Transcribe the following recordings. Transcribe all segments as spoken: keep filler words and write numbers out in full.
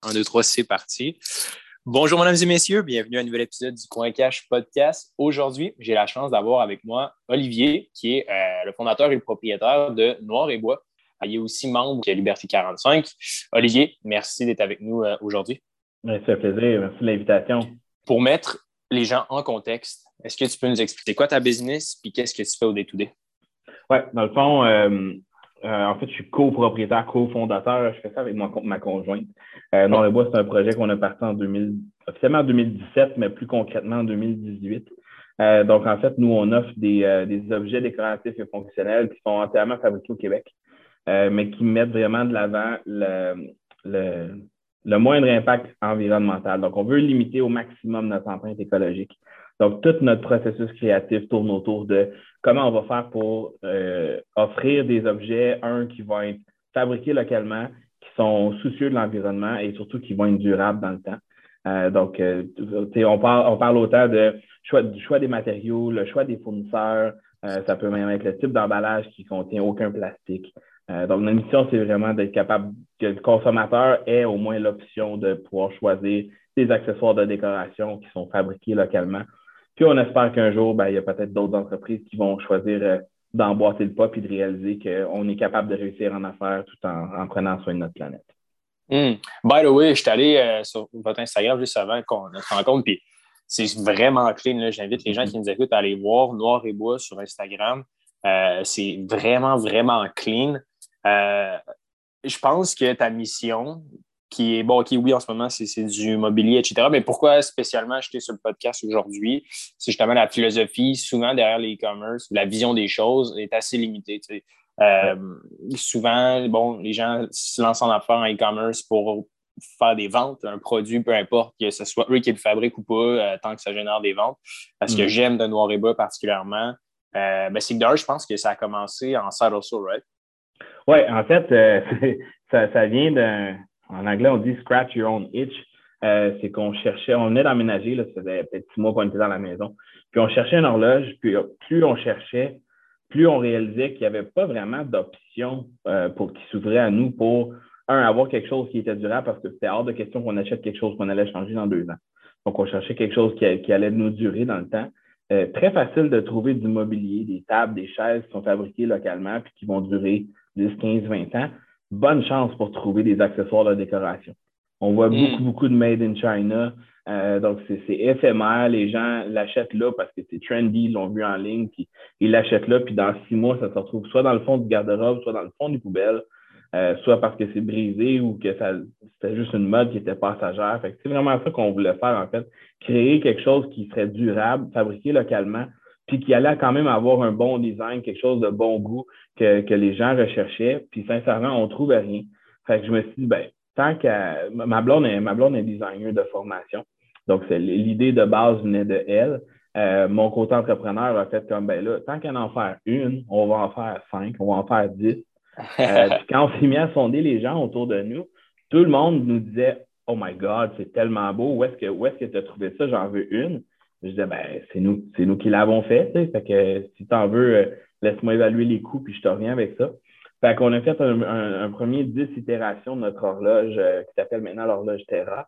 un, deux, trois, c'est parti. Bonjour, mesdames et messieurs. Bienvenue à un nouvel épisode du Coin Cash Podcast. Aujourd'hui, j'ai la chance d'avoir avec moi Olivier, qui est euh, le fondateur et le propriétaire de Noir et Bois. Il est aussi membre de Liberté quarante-cinq. Olivier, merci d'être avec nous euh, aujourd'hui. Ça fait plaisir. Merci de l'invitation. Pour mettre les gens en contexte, est-ce que tu peux nous expliquer quoi ta business et qu'est-ce que tu fais au day-to-day? Oui, dans le fond, euh, euh, en fait, je suis copropriétaire, cofondateur. Je fais ça avec ma, ma conjointe. Euh, Noir et Bois, c'est un projet qu'on a parti en deux mille, officiellement en deux mille dix-sept, mais plus concrètement en deux mille dix-huit. Euh, donc, en fait, nous, on offre des, euh, des objets décoratifs et fonctionnels qui sont entièrement fabriqués au Québec, euh, mais qui mettent vraiment de l'avant le, le, le moindre impact environnemental. Donc, on veut limiter au maximum notre empreinte écologique. Donc, tout notre processus créatif tourne autour de comment on va faire pour euh, offrir des objets, un, qui vont être fabriqués localement, qui sont soucieux de l'environnement et surtout qui vont être durables dans le temps. Euh, donc, euh, on, parle, on parle autant de choix, du choix des matériaux, le choix des fournisseurs, euh, ça peut même être le type d'emballage qui ne contient aucun plastique. Euh, donc, notre mission, c'est vraiment d'être capable que le consommateur ait au moins l'option de pouvoir choisir des accessoires de décoration qui sont fabriqués localement. Puis, on espère qu'un jour, ben, il y a peut-être d'autres entreprises qui vont choisir euh, d'emboîter le pas et de réaliser qu'on est capable de réussir en affaires tout en, en prenant soin de notre planète. Mm. By the way, je suis allé euh, sur votre Instagram juste avant qu'on se rencontre, puis c'est vraiment clean. Là. J'invite les gens qui nous écoutent à aller voir Noir et Bois sur Instagram. Euh, c'est vraiment, vraiment clean. Euh, je pense que ta mission, qui est, bon, OK, oui, en ce moment, c'est, c'est du mobilier, et cetera, mais pourquoi spécialement acheter sur le podcast aujourd'hui? C'est justement la philosophie, souvent derrière les e-commerce, la vision des choses est assez limitée. Tu sais. Euh, ouais. Souvent, bon, les gens se lancent en affaires en e-commerce pour faire des ventes, un produit, peu importe que ce soit eux qui le fabriquent ou pas, euh, tant que ça génère des ventes. Ce que mm. j'aime de Noir et Bois particulièrement, euh, ben, c'est que d'ailleurs, je pense que ça a commencé en side hustle, right? Oui, en fait, euh, ça, ça vient d'un... En anglais, on dit « scratch your own itch euh, ». C'est qu'on cherchait... On venait d'emménager, là, ça faisait peut-être six mois qu'on était dans la maison. Puis on cherchait une horloge, puis plus on cherchait, plus on réalisait qu'il n'y avait pas vraiment d'options euh, pour qui s'ouvrait à nous pour, un, avoir quelque chose qui était durable, parce que c'était hors de question qu'on achète quelque chose qu'on allait changer dans deux ans. Donc, on cherchait quelque chose qui, qui allait nous durer dans le temps. Euh, très facile de trouver du mobilier, des tables, des chaises qui sont fabriquées localement puis qui vont durer dix, quinze, vingt ans. Bonne chance pour trouver des accessoires de décoration. On voit mm. beaucoup, beaucoup de Made in China. Euh, donc, c'est, c'est éphémère. Les gens l'achètent là parce que c'est trendy, ils l'ont vu en ligne, puis ils l'achètent là, puis dans six mois, ça se retrouve soit dans le fond du garde-robe, soit dans le fond des poubelles, euh, soit parce que c'est brisé ou que ça, c'était juste une mode qui était passagère. Fait que c'est vraiment ça qu'on voulait faire, en fait. Créer quelque chose qui serait durable, fabriqué localement, puis qui allait quand même avoir un bon design, quelque chose de bon goût que, que les gens recherchaient. Puis sincèrement, on ne trouvait rien. Fait que je me suis dit, ben, tant qu'à... Ma blonde est, ma blonde est designer de formation. Donc, c'est, l'idée de base venait de elle. Euh, mon côté entrepreneur a fait comme, ben là, tant qu'à en faire une, on va en faire cinq, on va en faire dix. Euh, puis quand on s'est mis à sonder les gens autour de nous, tout le monde nous disait, oh my God, c'est tellement beau, où est-ce que, où est-ce que tu as trouvé ça? J'en veux une. Je disais, ben, c'est nous, c'est nous qui l'avons fait, tu sais. Fait que si tu en veux, euh, laisse-moi évaluer les coûts, puis je te reviens avec ça. Fait qu'on a fait un, un, un premier dix itérations de notre horloge euh, qui s'appelle maintenant l'horloge Terra.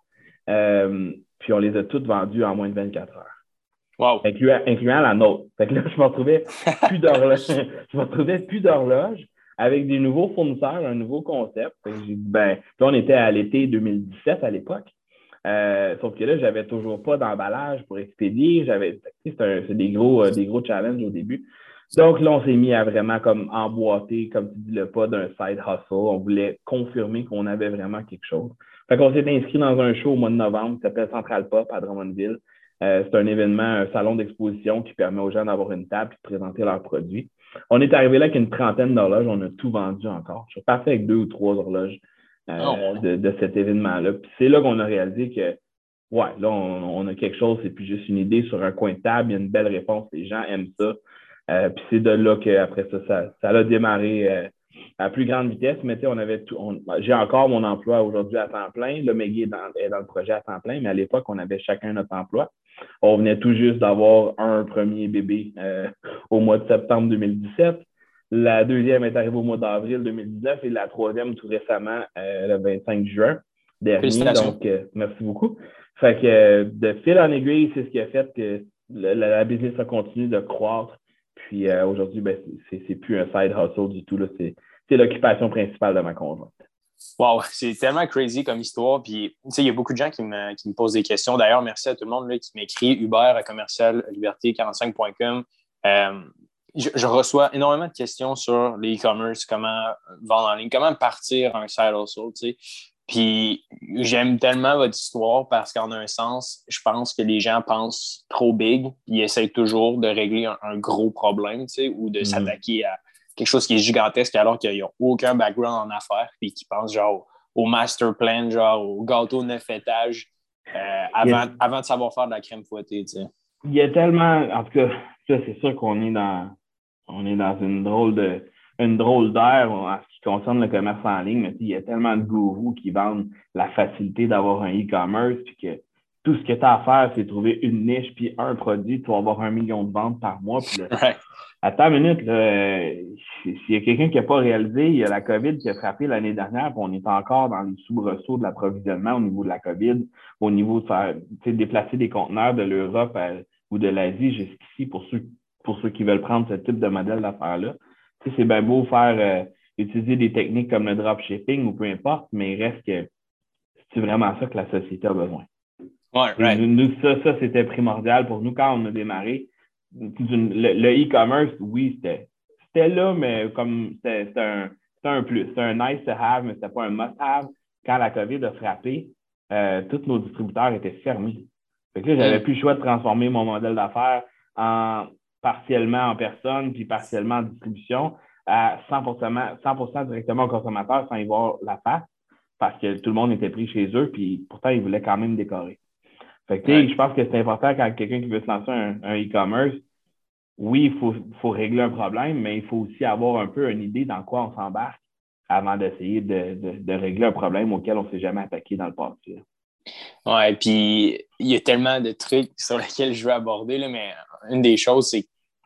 Euh, puis on les a toutes vendues en moins de vingt-quatre heures. Wow. Incluant, incluant la nôtre. Fait que là, je me retrouvais plus d'horloge. je me retrouvais plus d'horloge avec des nouveaux fournisseurs, un nouveau concept. Fait que j'ai dit, ben, là, on était à l'été deux mille dix-sept à l'époque. Euh, sauf que là, j'avais toujours pas d'emballage pour expédier. J'avais, c'est, un, c'est des gros, euh, des gros challenges au début. Donc là, on s'est mis à vraiment comme emboîter, comme tu dis, le pas d'un side hustle. On voulait confirmer qu'on avait vraiment quelque chose. Fait qu'on s'est inscrit dans un show au mois de novembre qui s'appelle Central Pop à Drummondville. Euh, c'est un événement, un salon d'exposition qui permet aux gens d'avoir une table et de présenter leurs produits. On est arrivé là avec une trentaine d'horloges. On a tout vendu encore. Je suis parti avec deux ou trois horloges euh, oh. de, de cet événement-là. Puis c'est là qu'on a réalisé que, ouais, là, on, on a quelque chose. C'est plus juste une idée sur un coin de table. Il y a une belle réponse. Les gens aiment ça. Euh, puis c'est de là qu'après ça, ça, ça a démarré euh, à plus grande vitesse. Mais tu sais, on avait tout. On, j'ai encore mon emploi aujourd'hui à temps plein. Le Meggy est dans, est dans le projet à temps plein, mais à l'époque, on avait chacun notre emploi. On venait tout juste d'avoir un premier bébé euh, au mois de septembre deux mille dix-sept. La deuxième est arrivée au mois d'avril deux mille dix-neuf et la troisième tout récemment, euh, le vingt-cinq juin. dernier. Donc, euh, merci beaucoup. Fait que euh, de fil en aiguille, c'est ce qui a fait que la, la business a continué de croître. Puis euh, aujourd'hui, ben, c'est, c'est plus un side hustle du tout. Là. C'est, c'est l'occupation principale de ma conjointe. Wow, c'est tellement crazy comme histoire. Puis, tu sais, il y a beaucoup de gens qui me, qui me posent des questions. D'ailleurs, merci à tout le monde là, qui m'écrit Hubert à commercial liberté quarante-cinq point com. Euh, je, je reçois énormément de questions sur les e-commerce, comment vendre en ligne, comment partir un side hustle, tu sais. Puis, j'aime tellement votre histoire parce qu'en un sens, je pense que les gens pensent trop big. Ils essayent toujours de régler un, un gros problème, tu sais, ou de mm-hmm. s'attaquer à quelque chose qui est gigantesque alors qu'ils n'ont aucun background en affaires puis qu'ils pensent genre au master plan, genre au gâteau neuf étages euh, avant, a, avant de savoir faire de la crème fouettée, tu sais. Il y a tellement, en tout cas, ça, c'est sûr qu'on est dans, on est dans une drôle de, une drôle d'air en ce qui concerne le commerce en ligne, mais il y a tellement de gourous qui vendent la facilité d'avoir un e-commerce puis que tout ce que tu as à faire, c'est trouver une niche puis un produit, tu vas avoir un million de ventes par mois. Puis là, ouais. Attends une minute, là, s'il y a quelqu'un qui n'a pas réalisé, il y a la COVID qui a frappé l'année dernière, puis on est encore dans les soubresauts de l'approvisionnement au niveau de la COVID, au niveau de faire, déplacer des conteneurs de l'Europe à, ou de l'Asie jusqu'ici pour ceux, pour ceux qui veulent prendre ce type de modèle d'affaires-là. Tu sais, c'est bien beau faire euh, utiliser des techniques comme le dropshipping ou peu importe, mais il reste que c'est vraiment ça que la société a besoin. Ouais, right. nous, nous, ça, ça, c'était primordial pour nous quand on a démarré. Le, le e-commerce, oui, c'était, c'était là, mais comme c'était, c'était, un, c'était un plus. C'était un nice to have, mais c'était pas un must have. Quand la COVID a frappé, euh, tous nos distributeurs étaient fermés. Fait que là, j'avais mm. plus le choix de transformer mon modèle d'affaires en partiellement en personne, puis partiellement en distribution, à cent pour cent, cent pour cent directement au consommateur sans y voir la face, parce que tout le monde était pris chez eux, puis pourtant, ils voulaient quand même décorer. Fait que, ouais. Je pense que c'est important quand quelqu'un qui veut se lancer un, un e-commerce, oui, il faut, faut régler un problème, mais il faut aussi avoir un peu une idée dans quoi on s'embarque avant d'essayer de, de, de régler un problème auquel on ne s'est jamais attaqué dans le passé. Ouais, puis il y a tellement de trucs sur lesquels je veux aborder, là, mais une des choses, c'est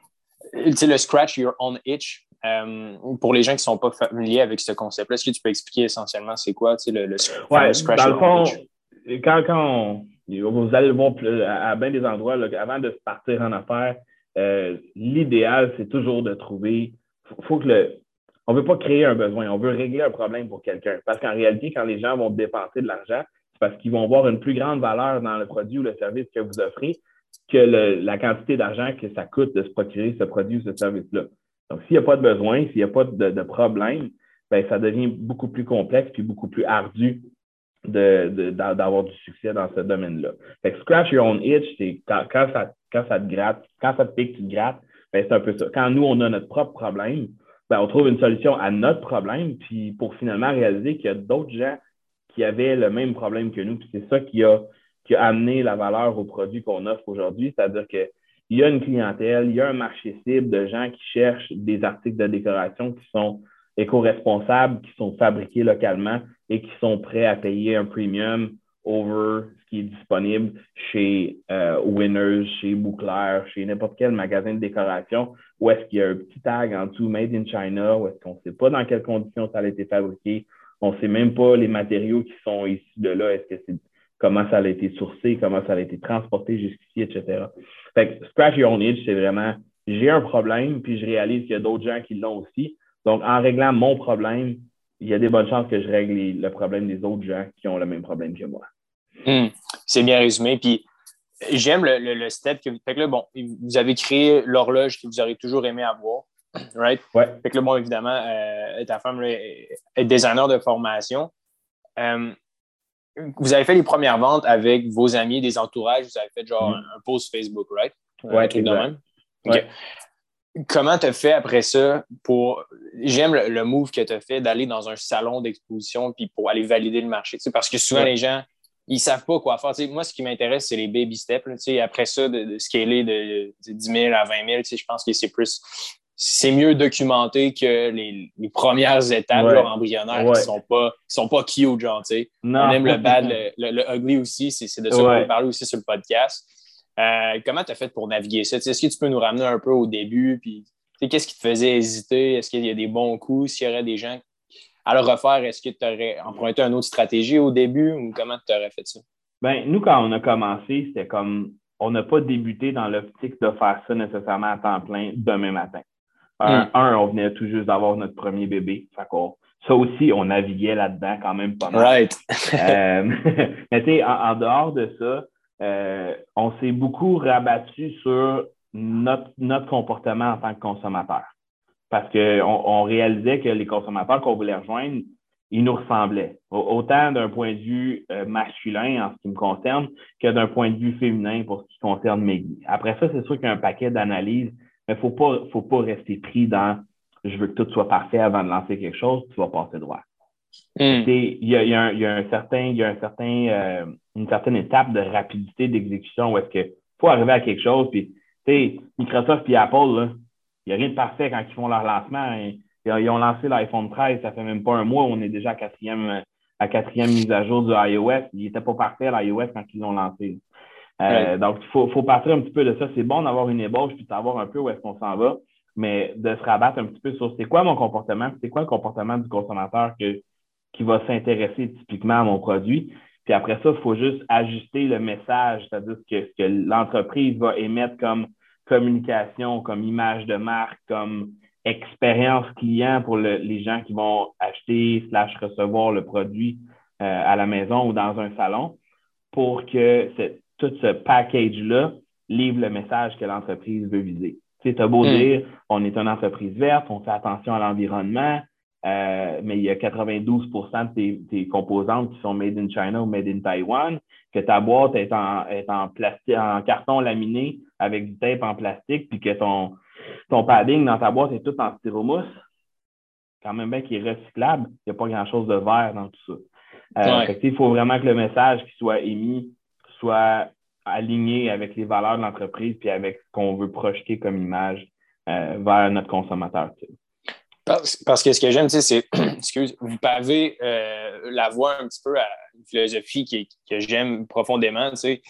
tu sais, le scratch your own itch. Euh, pour les gens qui ne sont pas familiers avec ce concept-là, est-ce que tu peux expliquer essentiellement c'est quoi, tu sais, le, le, ouais, le scratch dans your le fond, own itch? Quand, quand on, vous allez le voir à, à bien des endroits, là, avant de partir en affaires, euh, l'idéal, c'est toujours de trouver, faut, faut que le, on ne veut pas créer un besoin, on veut régler un problème pour quelqu'un. Parce qu'en réalité, quand les gens vont dépenser de l'argent, c'est parce qu'ils vont voir une plus grande valeur dans le produit ou le service que vous offrez que le, la quantité d'argent que ça coûte de se procurer ce produit ou ce service-là. Donc, s'il n'y a pas de besoin, s'il n'y a pas de, de problème, ben, ça devient beaucoup plus complexe puis beaucoup plus ardu de, de, d'avoir du succès dans ce domaine-là. Fait que scratch your own itch, c'est quand, quand, ça, quand ça te gratte, quand ça te pique, tu te grattes, ben, c'est un peu ça. Quand nous, on a notre propre problème, ben, on trouve une solution à notre problème, puis pour finalement réaliser qu'il y a d'autres gens qui avaient le même problème que nous, puis c'est ça qui a, qui a amené la valeur aux produits qu'on offre aujourd'hui, c'est-à-dire que il y a une clientèle, il y a un marché cible de gens qui cherchent des articles de décoration qui sont éco-responsables, qui sont fabriqués localement et qui sont prêts à payer un premium over ce qui est disponible chez euh, Winners, chez Bouclair, chez n'importe quel magasin de décoration, où est-ce qu'il y a un petit tag en dessous Made in China, où est-ce qu'on ne sait pas dans quelles conditions ça a été fabriqué, on ne sait même pas les matériaux qui sont issus de là, est-ce que c'est comment ça a été sourcé, comment ça a été transporté jusqu'ici, et cetera. Fait que scratch your own itch, c'est vraiment j'ai un problème, puis je réalise qu'il y a d'autres gens qui l'ont aussi. Donc, en réglant mon problème, il y a des bonnes chances que je règle les, le problème des autres gens qui ont le même problème que moi. Mmh, c'est bien résumé. Puis, j'aime le, le, le step que vous... Fait que là, bon, vous avez créé l'horloge que vous aurez toujours aimé avoir, right? Ouais. Fait que là, bon, évidemment, euh, ta femme là, est designer de formation. Euh, vous avez fait les premières ventes avec vos amis, des entourages. Vous avez fait genre mmh. un, un post Facebook, right? Ouais, un truc de même. Ouais. Okay. Comment tu as fait après ça pour... J'aime le, le move que tu as fait d'aller dans un salon d'exposition puis pour aller valider le marché. Parce que souvent, ouais. les gens, ils ne savent pas quoi faire. T'sais, moi, ce qui m'intéresse, c'est les baby steps. Là, après ça, de, de scaler de, de dix mille à vingt mille, je pense que c'est plus... C'est mieux documenté que les, les premières étapes ouais. genre, embryonnaires ouais. qui ne sont pas, qui sont pas cute. Genre, on aime le bad, le, le, le ugly aussi. C'est, c'est de ça ouais. qu'on veut parler aussi sur le podcast. Euh, comment tu as fait pour naviguer ça? T'sais, est-ce que tu peux nous ramener un peu au début? Puis, qu'est-ce qui te faisait hésiter? Est-ce qu'il y a des bons coups? S'il y aurait des gens à le refaire, est-ce que tu aurais emprunté une autre stratégie au début ou comment tu aurais fait ça? Ben, nous, quand on a commencé, c'était comme on n'a pas débuté dans l'optique de faire ça nécessairement à temps plein demain matin. Un, Mm. un on venait tout juste d'avoir notre premier bébé. Fait qu'on, ça aussi, on naviguait là-dedans quand même pas mal. Right. euh, mais tu sais, en, en dehors de ça, euh, on s'est beaucoup rabattu sur notre, notre comportement en tant que consommateur. Parce qu'on on réalisait que les consommateurs qu'on voulait rejoindre, ils nous ressemblaient. Autant d'un point de vue euh, masculin en ce qui me concerne que d'un point de vue féminin pour ce qui concerne Meggy. Après ça, c'est sûr qu'il y a un paquet d'analyses, mais il ne faut pas, faut pas rester pris dans je veux que tout soit parfait avant de lancer quelque chose, tu vas passer droit. Mm. Il y a, y, a y a un certain, il y a un certain, euh, une certaine étape de rapidité d'exécution où est-ce qu'il faut arriver à quelque chose. Puis, tu sais, Microsoft et Apple, là, il n'y a rien de parfait quand ils font leur lancement. Ils, ils ont lancé l'iPhone treize, ça fait même pas un mois, on est déjà à quatrième, à quatrième mise à jour du iOS. Il n'était pas parfait, l'iOS, quand ils l'ont lancé. Euh, ouais. Donc, il faut, faut partir un petit peu de ça. C'est bon d'avoir une ébauche puis de savoir un peu où est-ce qu'on s'en va, mais de se rabattre un petit peu sur c'est quoi mon comportement, c'est quoi le comportement du consommateur que, qui va s'intéresser typiquement à mon produit. Puis après ça, il faut juste ajuster le message, c'est-à-dire que ce que l'entreprise va émettre comme communication, comme image de marque, comme expérience client pour le, les gens qui vont acheter slash recevoir le produit euh, à la maison ou dans un salon pour que cette, tout ce package-là livre le message que l'entreprise veut viser. Tu sais, t'as beau mm. dire, on est une entreprise verte, on fait attention à l'environnement, euh, mais il y a quatre-vingt-douze pour cent de tes, tes composantes qui sont made in China ou made in Taiwan, que ta boîte est en, est en, plastique, en carton laminé avec du tape en plastique, puis que ton, ton padding dans ta boîte est tout en styromousse, quand même bien qu'il est recyclable, il n'y a pas grand-chose de vert dans tout ça. Euh, ouais. Fait que, il faut vraiment que le message qui soit émis soit aligné avec les valeurs de l'entreprise puis avec ce qu'on veut projeter comme image euh, vers notre consommateur. Tu sais. Parce, parce que ce que j'aime, tu sais, c'est, excuse, vous pavez euh, la voie un petit peu à une philosophie qui, que j'aime profondément, tu sais.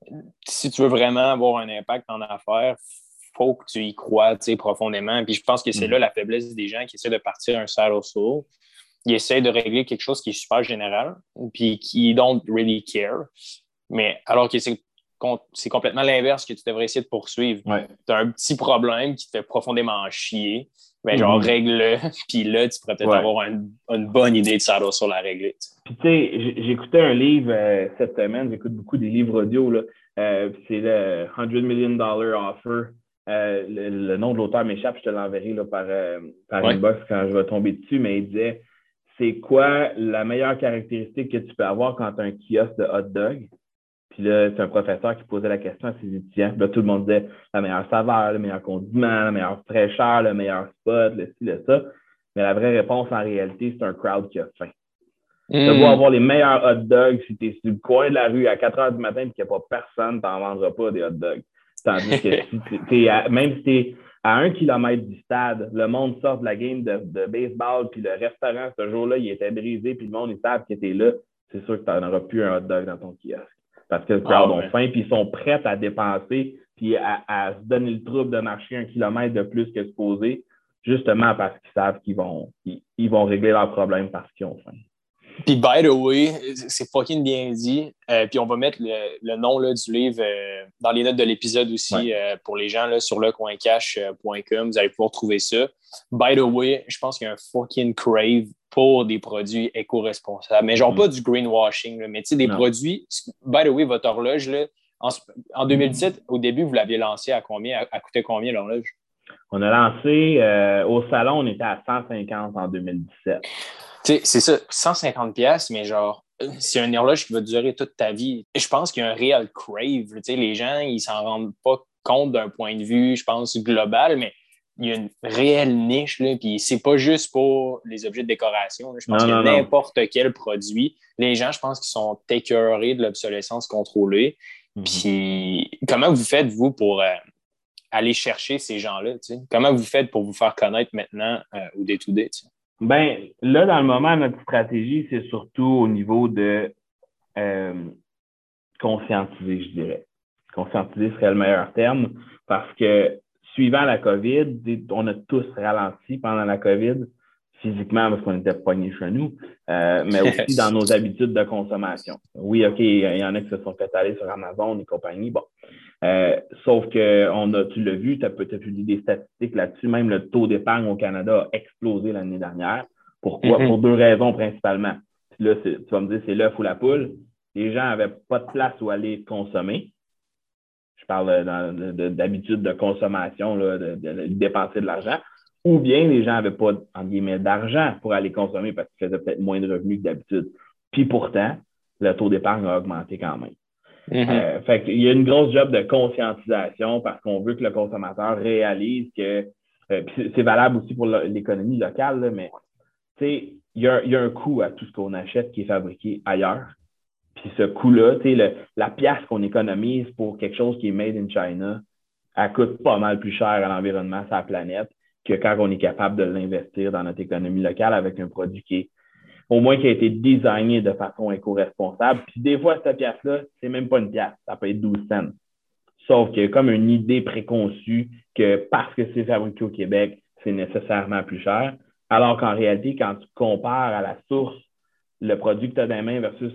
Si tu veux vraiment avoir un impact en affaires, il faut que tu y crois, tu sais, profondément. Puis je pense que c'est mm. là la faiblesse des gens qui essaient de partir un side hustle. Ils essaient de régler quelque chose qui est super général, puis qui don't really care. Mais alors que c'est, c'est complètement l'inverse que tu devrais essayer de poursuivre. Ouais. Tu as un petit problème qui te fait profondément chier. Ben, mm-hmm. genre, règle-le, puis là, tu pourrais peut-être ouais. avoir un, une bonne idée de ça sur la régler. Puis, tu sais, j'écoutais un livre euh, cette semaine, j'écoute beaucoup des livres audio, là. Euh, c'est le cent million dollar offer. Euh, le, le nom de l'auteur m'échappe, je te l'enverrai là, par, euh, par ouais. inbox quand je vais tomber dessus, mais il disait c'est quoi la meilleure caractéristique que tu peux avoir quand tu as un kiosque de hot dog? Puis là, c'est un professeur qui posait la question à ses étudiants. Puis là, tout le monde disait la meilleure saveur, le meilleur condiment, la meilleure fraîcheur, le meilleur spot, le ci, le ça. Mais la vraie réponse, en réalité, c'est un crowd qui a faim. Mm. Tu vas avoir les meilleurs hot dogs si tu es sur le coin de la rue à quatre heures du matin et qu'il n'y a pas personne, tu n'en vendras pas des hot dogs. Tandis que si t'es à, même si tu es à un kilomètre du stade, le monde sort de la game de, de baseball, puis le restaurant, ce jour-là, il était brisé, puis le monde, ils savent que tu es là, c'est sûr que tu n'en auras plus un hot dog dans ton kiosque. Parce que le crowd ah, ouais. ont faim, puis ils sont prêts à dépenser, puis à, à se donner le trouble de marcher un kilomètre de plus que supposé, justement parce qu'ils savent qu'ils vont, ils, ils vont régler leurs problèmes parce qu'ils ont faim. Puis, by the way, c'est fucking bien dit. Euh, puis, on va mettre le, le nom là, du livre euh, dans les notes de l'épisode aussi ouais. euh, pour les gens là, sur le coin cash point com. Vous allez pouvoir trouver ça. By the way, je pense qu'il y a un fucking crave pour des produits éco-responsables. Mais genre mm. pas du greenwashing, là, mais tu sais, des non. produits. By the way, votre horloge, là, en, en deux mille dix-sept, mm. au début, vous l'aviez lancé à combien? À, à coûter combien l'horloge? On a lancé euh, au salon, on était à cent cinquante en deux mille dix-sept. Tu sais, c'est ça, cent cinquante dollars, mais genre, c'est une horloge qui va durer toute ta vie. Et je pense qu'il y a un réel crave. Tu sais, les gens, ils s'en rendent pas compte d'un point de vue, je pense, global, mais il y a une réelle niche, là, puis c'est pas juste pour les objets de décoration. Là. Je pense non, que non, n'importe non. quel produit, les gens, je pense qu'ils sont écœurés de l'obsolescence contrôlée. Mm-hmm. Puis comment vous faites, vous, pour euh, aller chercher ces gens-là? Tu sais? Comment vous faites pour vous faire connaître maintenant euh, au day-to-day? Tu sais? Ben, là, dans le moment, notre stratégie, c'est surtout au niveau de euh, conscientiser, je dirais. Conscientiser serait le meilleur terme parce que suivant la COVID, on a tous ralenti pendant la COVID. physiquement parce qu'on était pognés chez nous, euh, mais aussi dans nos habitudes de consommation. Oui, OK, il y en a qui se sont fait aller sur Amazon et compagnie, bon. Euh, sauf que on a, tu l'as vu, tu as peut-être publié des statistiques là-dessus, même le taux d'épargne au Canada a explosé l'année dernière. Pourquoi? Mm-hmm. Pour deux raisons principalement. Puis là, tu vas me dire, c'est l'œuf ou la poule. Les gens n'avaient pas de place où aller consommer. Je parle dans, de, de, d'habitude de consommation, là, de, de, de dépenser de l'argent. Ou bien les gens n'avaient pas, en guillemets, d'argent pour aller consommer parce qu'ils faisaient peut-être moins de revenus que d'habitude. Puis pourtant, le taux d'épargne a augmenté quand même. Mm-hmm. Euh, fait qu'il y a une grosse job de conscientisation parce qu'on veut que le consommateur réalise que, euh, puis c'est valable aussi pour l'économie locale, là, mais il y, y a un coût à tout ce qu'on achète qui est fabriqué ailleurs. Puis ce coût-là, le, la pièce qu'on économise pour quelque chose qui est made in China, elle coûte pas mal plus cher à l'environnement, sur la planète, que quand on est capable de l'investir dans notre économie locale avec un produit qui est au moins qui a été designé de façon éco-responsable. Puis des fois, cette pièce-là, c'est même pas une pièce, ça peut être douze cents. Sauf qu'il y a comme une idée préconçue que parce que c'est fabriqué au Québec, c'est nécessairement plus cher. Alors qu'en réalité, quand tu compares à la source le produit que tu as dans les mains versus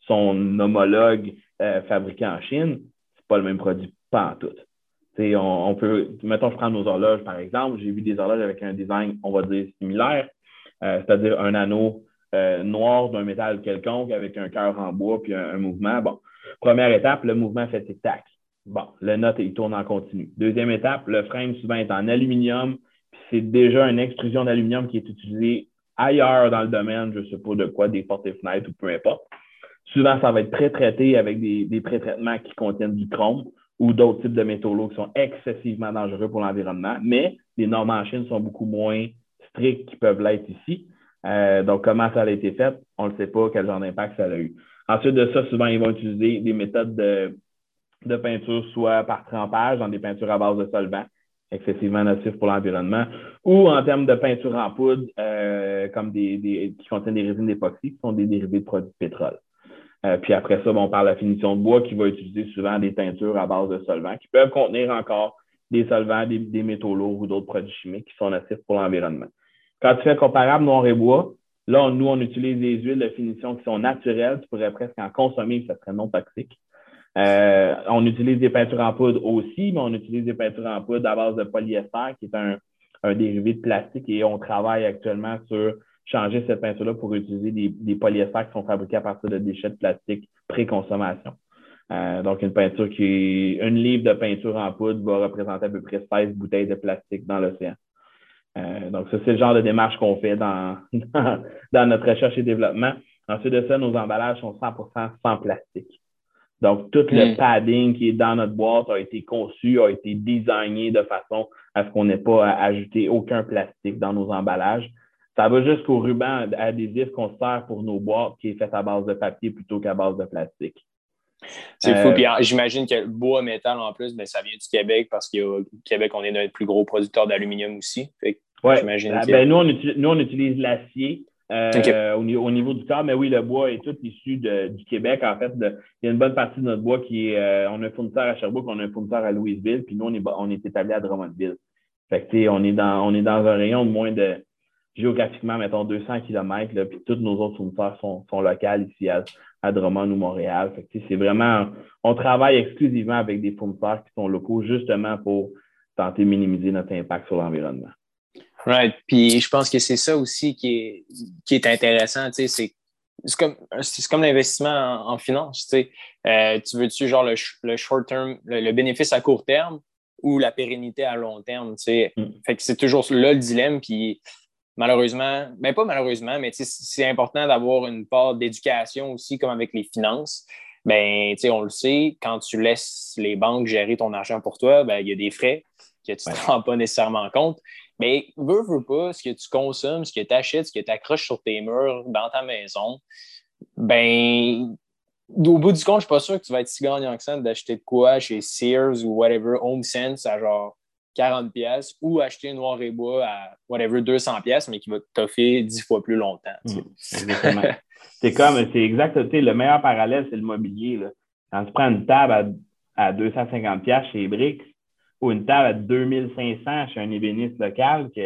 son homologue euh, fabriqué en Chine, c'est pas le même produit, pas en tout. On, on peut, mettons, je prends nos horloges, par exemple. J'ai vu des horloges avec un design, on va dire, similaire, euh, c'est-à-dire un anneau Euh, noir d'un métal quelconque avec un cœur en bois puis un, un mouvement. Bon, première étape, le mouvement fait tic-tac. Bon, le note, il tourne en continu. Deuxième étape, le frame souvent est en aluminium, puis c'est déjà une extrusion d'aluminium qui est utilisée ailleurs dans le domaine, je ne sais pas de quoi, des portes et fenêtres ou peu importe. Souvent, ça va être pré-traité avec des, des pré-traitements qui contiennent du chrome ou d'autres types de métaux lourds qui sont excessivement dangereux pour l'environnement, mais les normes en Chine sont beaucoup moins strictes qu'ils peuvent l'être ici. Euh, donc, comment ça a été fait, on ne sait pas quel genre d'impact ça a eu. Ensuite de ça, souvent, ils vont utiliser des méthodes de, de peinture, soit par trempage, dans des peintures à base de solvants, excessivement nocifs pour l'environnement, ou en termes de peinture en poudre, euh, comme des, des, qui contiennent des résines d'époxy, qui sont des dérivés de produits de pétrole. Euh, puis après ça, bon, on parle de la finition de bois, qui va utiliser souvent des teintures à base de solvants, qui peuvent contenir encore des solvants, des, des métaux lourds ou d'autres produits chimiques qui sont nocifs pour l'environnement. Quand tu fais comparable noir et bois, là, on, nous, on utilise des huiles de finition qui sont naturelles. Tu pourrais presque en consommer, ça serait non toxique. Euh, on utilise des peintures en poudre aussi, mais on utilise des peintures en poudre à base de polyester, qui est un, un dérivé de plastique, et on travaille actuellement sur changer cette peinture-là pour utiliser des, des polyesters qui sont fabriqués à partir de déchets de plastique pré-consommation. Euh, donc, une peinture qui est une livre de peinture en poudre va représenter à peu près seize bouteilles de plastique dans l'océan. Euh, donc, ça, c'est le genre de démarche qu'on fait dans, dans, dans notre recherche et développement. Ensuite de ça, nos emballages sont cent pour cent sans plastique. Donc, tout mm. le padding qui est dans notre boîte a été conçu, a été designé de façon à ce qu'on n'ait pas à ajouter aucun plastique dans nos emballages. Ça va jusqu'au ruban adhésif qu'on sert pour nos boîtes qui est fait à base de papier plutôt qu'à base de plastique. C'est euh, fou. Puis j'imagine que le bois métal en plus, bien, ça vient du Québec parce qu'au Québec, on est notre plus gros producteur d'aluminium aussi. Oui, ben, que... nous, on utilise, nous, on utilise l'acier euh, okay. au, niveau, au niveau du corps, mais oui, le bois est tout issu de, du Québec. En fait, de, il y a une bonne partie de notre bois qui est, euh, on a un fournisseur à Sherbrooke, on a un fournisseur à Louisville, puis nous, on est, on est établi à Drummondville. Fait que, on est dans, on est dans un rayon de moins de, géographiquement, mettons, deux cents kilomètres, là, puis tous nos autres fournisseurs sont, sont locaux ici à, à Drummond ou Montréal. Fait que, c'est vraiment, on travaille exclusivement avec des fournisseurs qui sont locaux justement pour tenter de minimiser notre impact sur l'environnement. Right. Puis je pense que c'est ça aussi qui est, qui est intéressant. Tu sais, c'est, c'est comme, c'est comme l'investissement en, en finance. Tu sais. Euh, tu veux-tu genre le, le short term, le, le bénéfice à court terme ou la pérennité à long terme? Tu sais. Mm. Fait que c'est toujours là le dilemme. Puis malheureusement, ben pas malheureusement, mais tu sais, c'est important d'avoir une part d'éducation aussi, comme avec les finances. Ben, tu sais, on le sait, quand tu laisses les banques gérer ton argent pour toi, ben, il y a des frais que tu ne te rends pas nécessairement compte. Mais veux, veux pas, ce que tu consommes, ce que tu achètes, ce que tu accroches sur tes murs, dans ta maison, ben, au bout du compte, je ne suis pas sûr que tu vas être si gagnant que ça d'acheter de quoi chez Sears ou whatever, HomeSense à genre quarante pièces ou acheter noir et bois à whatever deux cents pièces mais qui va t'offrir dix fois plus longtemps. Mmh, exactement. C'est comme, c'est exact, tu sais, le meilleur parallèle, c'est le mobilier. Là. Quand tu prends une table à, à deux cent cinquante pièces chez Brix ou une table à deux mille cinq cents chez un ébéniste local, que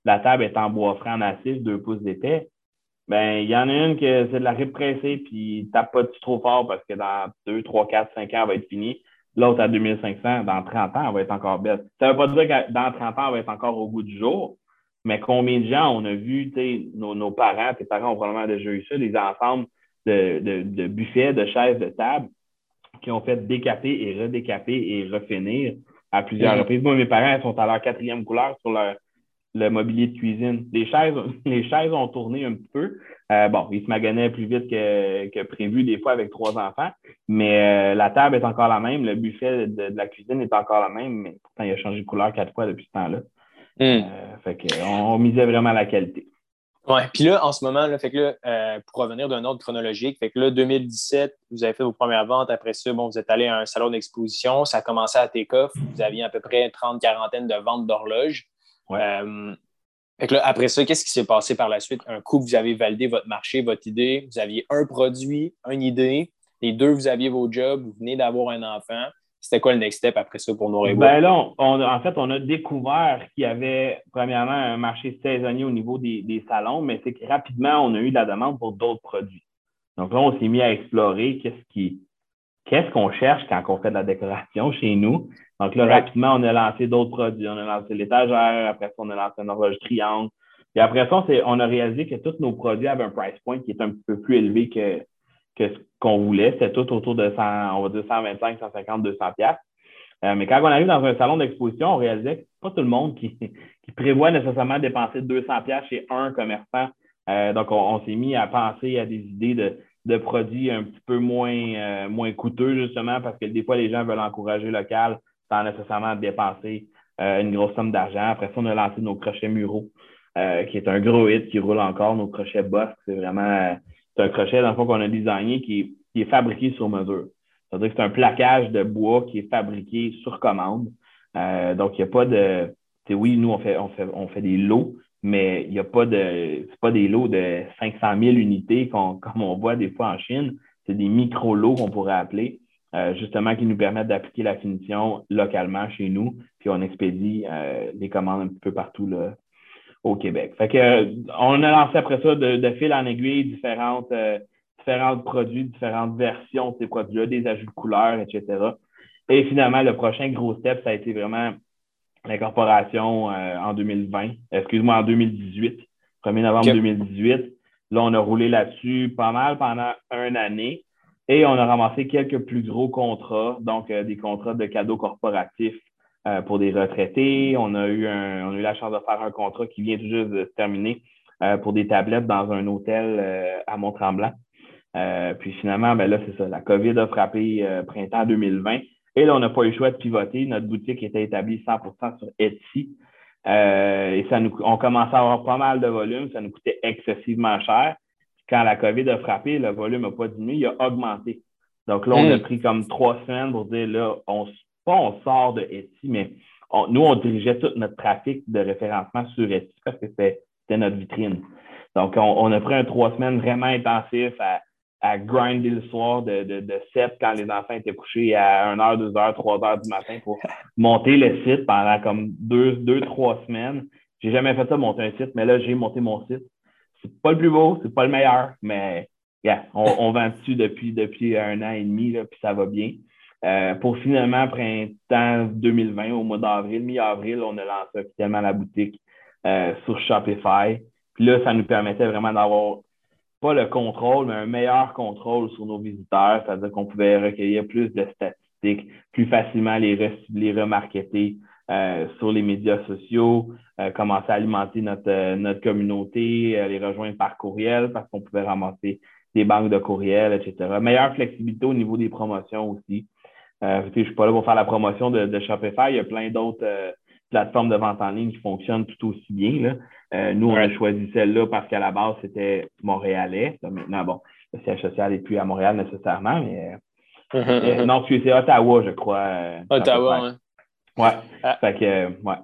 la table est en bois franc massif, deux pouces d'épais, ben il y en a une que c'est de la rip pressée, puis tape pas trop fort parce que dans deux, trois, quatre, cinq ans, elle va être finie. L'autre à deux mille cinq cents, dans trente ans, elle va être encore belle. Ça ne veut pas dire que dans trente ans, elle va être encore au goût du jour, mais combien de gens on a vu, tu sais, nos, nos parents, tes parents ont probablement déjà eu ça, des ensembles de, de, de buffets, de chaises, de tables qui ont fait décaper et redécaper et refinir à plusieurs mm-hmm. reprises. Moi, mes parents, ils sont à leur quatrième couleur sur leur, le mobilier de cuisine. Les chaises, les chaises ont tourné un petit peu. Euh, bon, ils se maganaient plus vite que, que prévu, des fois, avec trois enfants, mais euh, la table est encore la même, le buffet de, de la cuisine est encore la même, mais pourtant, il a changé de couleur quatre fois depuis ce temps-là. Mm. Euh, fait qu'on on misait vraiment la qualité. Oui, puis là, en ce moment, là, fait que là, euh, pour revenir d'un ordre chronologique, fait que là, deux mille dix-sept, vous avez fait vos premières ventes. Après ça, bon, vous êtes allé à un salon d'exposition. Ça a commencé à Takeoff. Vous aviez à peu près trente quarantaine de ventes d'horloges. Ouais. Euh, fait que là, après ça, qu'est-ce qui s'est passé par la suite? Un coup, vous avez validé votre marché, votre idée. Vous aviez un produit, une idée. Les deux, vous aviez vos jobs. Vous venez d'avoir un enfant. C'était quoi le next step après ça pour Noir et Bois? Ben là, on, on, en fait, on a découvert qu'il y avait, premièrement, un marché saisonnier au niveau des, des salons, mais c'est que rapidement, on a eu de la demande pour d'autres produits. Donc là, on s'est mis à explorer qu'est-ce qui, qu'est-ce qu'on cherche quand on fait de la décoration chez nous. Donc là, ouais. rapidement, on a lancé d'autres produits. On a lancé l'étagère, après ça, on a lancé une horloge triangle. Et après ça, on, on a réalisé que tous nos produits avaient un price point qui est un peu plus élevé que, que ce qu'on voulait. C'était tout autour de cent, on va dire cent vingt-cinq, cent cinquante, deux cents piastres. Euh, mais quand on arrive dans un salon d'exposition, on réalisait que c'est pas tout le monde qui, qui prévoit nécessairement dépenser deux cents piastres chez un commerçant. Euh, donc, on, on s'est mis à penser à des idées de, de produits un petit peu moins, euh, moins coûteux, justement, parce que des fois, les gens veulent encourager local sans nécessairement dépenser euh, une grosse somme d'argent. Après ça, on a lancé nos crochets muraux, euh, qui est un gros hit qui roule encore. Nos crochets Boss, c'est vraiment euh, c'est un crochet, dans le fond, qu'on a designé qui est, qui est fabriqué sur mesure. C'est-à-dire que c'est un plaquage de bois qui est fabriqué sur commande. Euh, donc, il n'y a pas de... Oui, nous, on fait, on fait, on fait des lots, mais il n'y a pas de... C'est pas des lots de cinq cent mille unités qu'on, comme on voit des fois en Chine. C'est des micro-lots qu'on pourrait appeler, euh, justement, qui nous permettent d'appliquer la finition localement chez nous. Puis, on expédie euh, les commandes un petit peu partout là, au Québec. Fait que, euh, on a lancé après ça de, de fil en aiguille différentes... Euh, différents produits, différentes versions de ces produits-là, des ajouts de couleurs, et cetera. Et finalement, le prochain gros step, ça a été vraiment l'incorporation euh, en deux mille vingt, excuse-moi, en deux mille dix-huit, premier novembre okay. deux mille dix-huit. Là, on a roulé là-dessus pas mal pendant une année et on a ramassé quelques plus gros contrats, donc euh, des contrats de cadeaux corporatifs euh, pour des retraités. On a, eu un, on a eu la chance de faire un contrat qui vient tout juste de se terminer euh, pour des tablettes dans un hôtel euh, à Mont-Tremblant. Euh, puis finalement, ben là, c'est ça. La COVID a frappé euh, printemps deux mille vingt. Et là, on n'a pas eu le choix de pivoter. Notre boutique était établie cent pour cent sur Etsy. Euh, et ça nous, on commençait à avoir pas mal de volume. Ça nous coûtait excessivement cher. Puis quand la COVID a frappé, le volume n'a pas diminué, il a augmenté. Donc là, on mmh. a pris comme trois semaines pour dire, là, on, pas on sort de Etsy, mais on, nous, on dirigeait tout notre trafic de référencement sur Etsy parce que c'était, c'était notre vitrine. Donc, on, on a pris un trois semaines vraiment intensif à à grinder le soir de, de, de sept quand les enfants étaient couchés à une heure, deux heures, trois heures du matin pour monter le site pendant comme deux, deux, trois semaines. J'ai jamais fait ça, monter un site, mais là, j'ai monté mon site. C'est pas le plus beau, c'est pas le meilleur, mais yeah, on, on vend dessus depuis, depuis un an et demi, là, puis ça va bien. Euh, pour finalement, printemps deux mille vingt, au mois d'avril, mi-avril, on a lancé officiellement la boutique euh, sur Shopify. Puis là, ça nous permettait vraiment d'avoir pas le contrôle, mais un meilleur contrôle sur nos visiteurs, c'est-à-dire qu'on pouvait recueillir plus de statistiques, plus facilement les, re- les remarketer euh, sur les médias sociaux, euh, commencer à alimenter notre, euh, notre communauté, euh, les rejoindre par courriel parce qu'on pouvait ramasser des banques de courriel, et cetera. Meilleure flexibilité au niveau des promotions aussi. Euh, je ne suis pas là pour faire la promotion de, de Shopify, il y a plein d'autres euh, plateformes de vente en ligne qui fonctionnent tout aussi bien, là. Euh, nous, on ouais. a choisi celle-là parce qu'à la base, c'était montréalais. Là, maintenant, bon, le siège social n'est plus à Montréal nécessairement, mais euh, uh-huh, uh-huh. non, c'est Ottawa, je crois. Euh, Ottawa, oui. Ouais. Ah. Fait que, euh, ouais.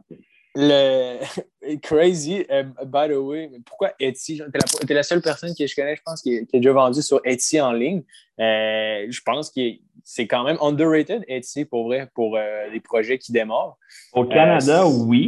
Le crazy, uh, by the way, pourquoi Etsy? T'es la, t'es la seule personne que je connais, je pense, qui, qui a déjà vendu sur Etsy en ligne. Euh, je pense que c'est quand même underrated, Etsy, pour vrai, pour euh, les projets qui démarrent. Au Canada, euh, oui.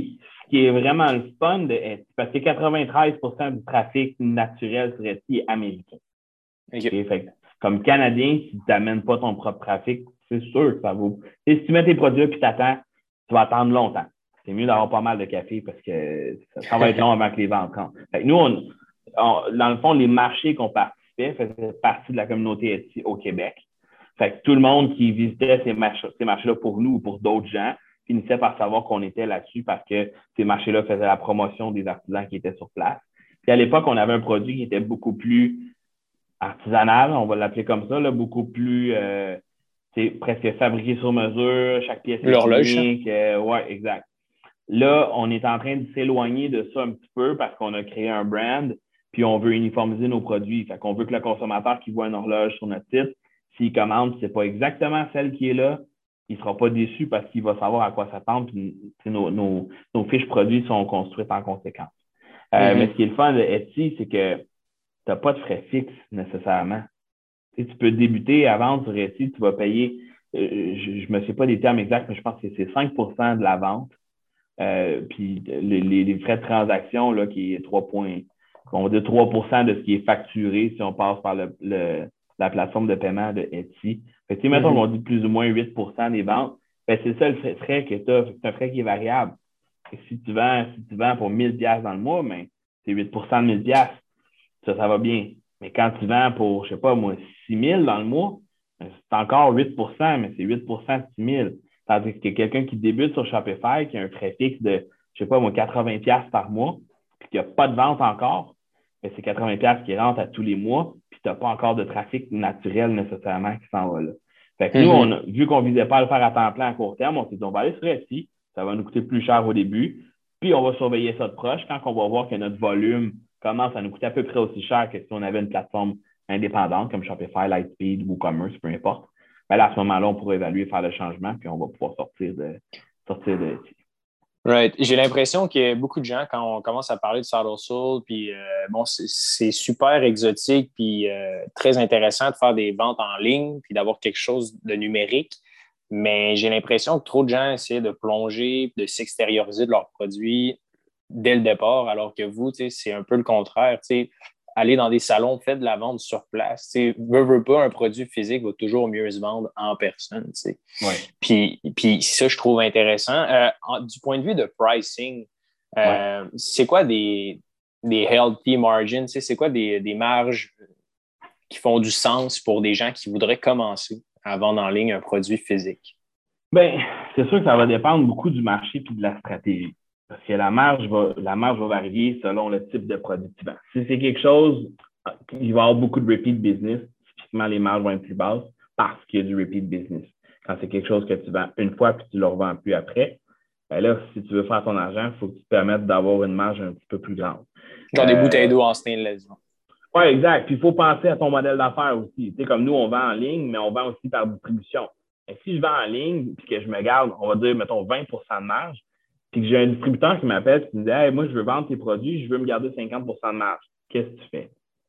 qui est vraiment le fun de Etsy, parce que quatre-vingt-treize pour cent du trafic naturel sur Etsy est américain. Okay. Okay? Fait que, comme Canadien, si tu n'amènes pas ton propre trafic, c'est sûr que ça vaut. Et si tu mets tes produits et tu attends, tu vas attendre longtemps. C'est mieux d'avoir pas mal de café parce que ça, ça va être long avant que les ventes rentrent. Fait que nous, on, on, dans le fond, les marchés qu'on participait faisaient partie de la communauté Etsy au Québec. Fait que tout le monde qui visitait ces, march- ces marchés-là pour nous ou pour d'autres gens finissait par savoir qu'on était là-dessus parce que ces marchés-là faisaient la promotion des artisans qui étaient sur place. Puis à l'époque, on avait un produit qui était beaucoup plus artisanal, on va l'appeler comme ça, là, beaucoup plus euh, presque fabriqué sur mesure, chaque pièce est unique. Euh, oui, exact. Là, on est en train de s'éloigner de ça un petit peu parce qu'on a créé un brand, puis on veut uniformiser nos produits. Fait qu'on veut que le consommateur qui voit une horloge sur notre site, s'il commande, c'est pas exactement celle qui est là, il ne sera pas déçu parce qu'il va savoir à quoi s'attendre. Puis nos, nos, nos fiches produits sont construites en conséquence. Euh, mm-hmm. Mais ce qui est le fun de Etsy, c'est que tu n'as pas de frais fixes nécessairement. Tu sais, tu peux débuter à vendre sur Etsy, tu vas payer, euh, je ne me sais pas des termes exacts, mais je pense que c'est cinq pour cent de la vente. Euh, puis les, les, les frais de transaction, là, qui est trois points, on va dire trois pour cent de ce qui est facturé si on passe par le, le, la plateforme de paiement de Etsy. Fait que, mettons, mm-hmm. on dit plus ou moins huit pour cent des ventes. Ben, c'est ça le frais, frais que tu as. C'est un frais qui est variable. Fait que si tu vends, si tu vends pour mille dollars dans le mois, ben, c'est huit pour cent de mille dollars. Ça, ça va bien. Mais quand tu vends pour, je sais pas, moi, six mille dans le mois, ben, c'est encore huit pour cent, mais c'est huit pour cent de six mille. Tandis que quelqu'un qui débute sur Shopify, qui a un frais fixe de, je sais pas, moi, quatre-vingts dollars par mois, puis qui n'a pas de vente encore, ben, c'est quatre-vingts dollars qui rentrent à tous les mois, puis tu n'as pas encore de trafic naturel nécessairement qui s'en va là. Fait que mm-hmm. nous, on a, vu qu'on ne visait pas à le faire à temps plein à court terme, on s'est dit, on va aller sur Etsy, ça va nous coûter plus cher au début, puis on va surveiller ça de proche. Quand on va voir que notre volume commence à nous coûter à peu près aussi cher que si on avait une plateforme indépendante comme Shopify, Lightspeed, WooCommerce, peu importe, ben là, à ce moment-là, on pourra évaluer, faire le changement, puis on va pouvoir sortir de, sortir de Etsy. Right. J'ai l'impression que beaucoup de gens, quand on commence à parler de Side Hustle, puis euh, bon, c'est, c'est super exotique, puis euh, très intéressant de faire des ventes en ligne, puis d'avoir quelque chose de numérique. Mais j'ai l'impression que trop de gens essaient de plonger, de s'extérioriser de leurs produits dès le départ, alors que vous, c'est un peu le contraire. T'sais, aller dans des salons, faites de la vente sur place. T'sais, veux, veux pas, un produit physique va toujours mieux se vendre en personne. Ouais. Puis, puis ça, je trouve intéressant. Euh, en, du point de vue de pricing, euh, ouais. c'est quoi des, des healthy margins? C'est quoi des, des marges qui font du sens pour des gens qui voudraient commencer à vendre en ligne un produit physique? Bien, c'est sûr que ça va dépendre beaucoup du marché et de la stratégie. Parce que la marge va, la marge va varier selon le type de produit que tu vends. Si c'est quelque chose, il va y avoir beaucoup de repeat business, typiquement les marges vont être plus basses parce qu'il y a du repeat business. Quand c'est quelque chose que tu vends une fois puis tu ne le revends plus après, bien là, si tu veux faire ton argent, il faut que tu te permettes d'avoir une marge un petit peu plus grande. Genre euh, des bouteilles d'eau en stainless. Oui, exact. Puis il faut penser à ton modèle d'affaires aussi. Tu sais, comme nous, on vend en ligne, mais on vend aussi par distribution. Et si je vends en ligne puis que je me garde, on va dire, mettons, vingt pour cent de marge, puis que j'ai un distributeur qui m'appelle et qui me dit « Hey, moi, je veux vendre tes produits, je veux me garder cinquante pour cent de marge. » Qu'est-ce que tu fais?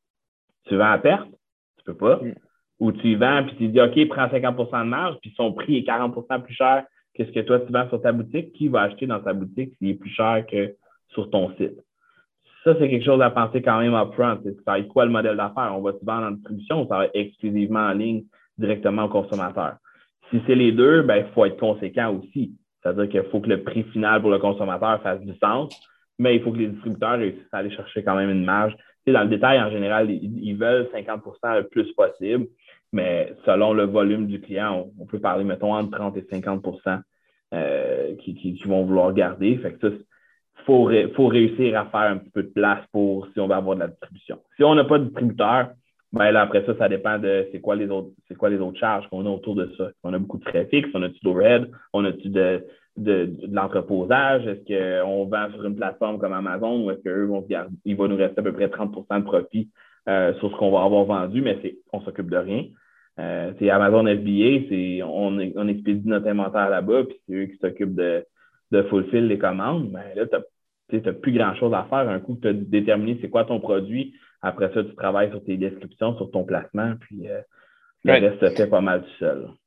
Tu vends à perte? Tu peux pas. Mm. Ou tu y vends puis tu dis « OK, prends cinquante pour cent de marge, puis son prix est quarante pour cent plus cher que ce que toi, tu vends sur ta boutique. Qui va acheter dans ta boutique s'il est plus cher que sur ton site? » Ça, c'est quelque chose à penser quand même upfront. Ça va être quoi le modèle d'affaires? On va te vendre en distribution ou ça va être exclusivement en ligne directement au consommateur? Si c'est les deux, ben, il faut être conséquent aussi. C'est-à-dire qu'il faut que le prix final pour le consommateur fasse du sens, mais il faut que les distributeurs réussissent à aller chercher quand même une marge. Tu sais, dans le détail, en général, ils, ils veulent cinquante pour cent le plus possible, mais selon le volume du client, on, on peut parler, mettons, entre trente et cinquante pour cent euh, qui, qui, qui vont vouloir garder. Fait que ça, il faut, ré, faut réussir à faire un petit peu de place pour si on veut avoir de la distribution. Si on n'a pas de distributeur, ben là, après ça, ça dépend de c'est quoi les autres, c'est quoi les autres charges qu'on a autour de ça. On a beaucoup de frais fixes, on a-tu d'overhead, on a-tu de, de, de, de l'entreposage, est-ce qu'on vend sur une plateforme comme Amazon ou est-ce qu'eux vont garder, il va nous rester à peu près trente pour cent de profit euh, sur ce qu'on va avoir vendu, mais c'est, on s'occupe de rien. Euh, c'est Amazon F B A, c'est, on, on expédie notre inventaire là-bas, puis c'est eux qui s'occupent de, de fulfill les commandes. Ben là, tu n'as plus grand-chose à faire. Un coup que tu as déterminé c'est quoi ton produit, après ça, tu travailles sur tes descriptions, sur ton placement, puis euh, le right. reste se fait pas mal tout seul.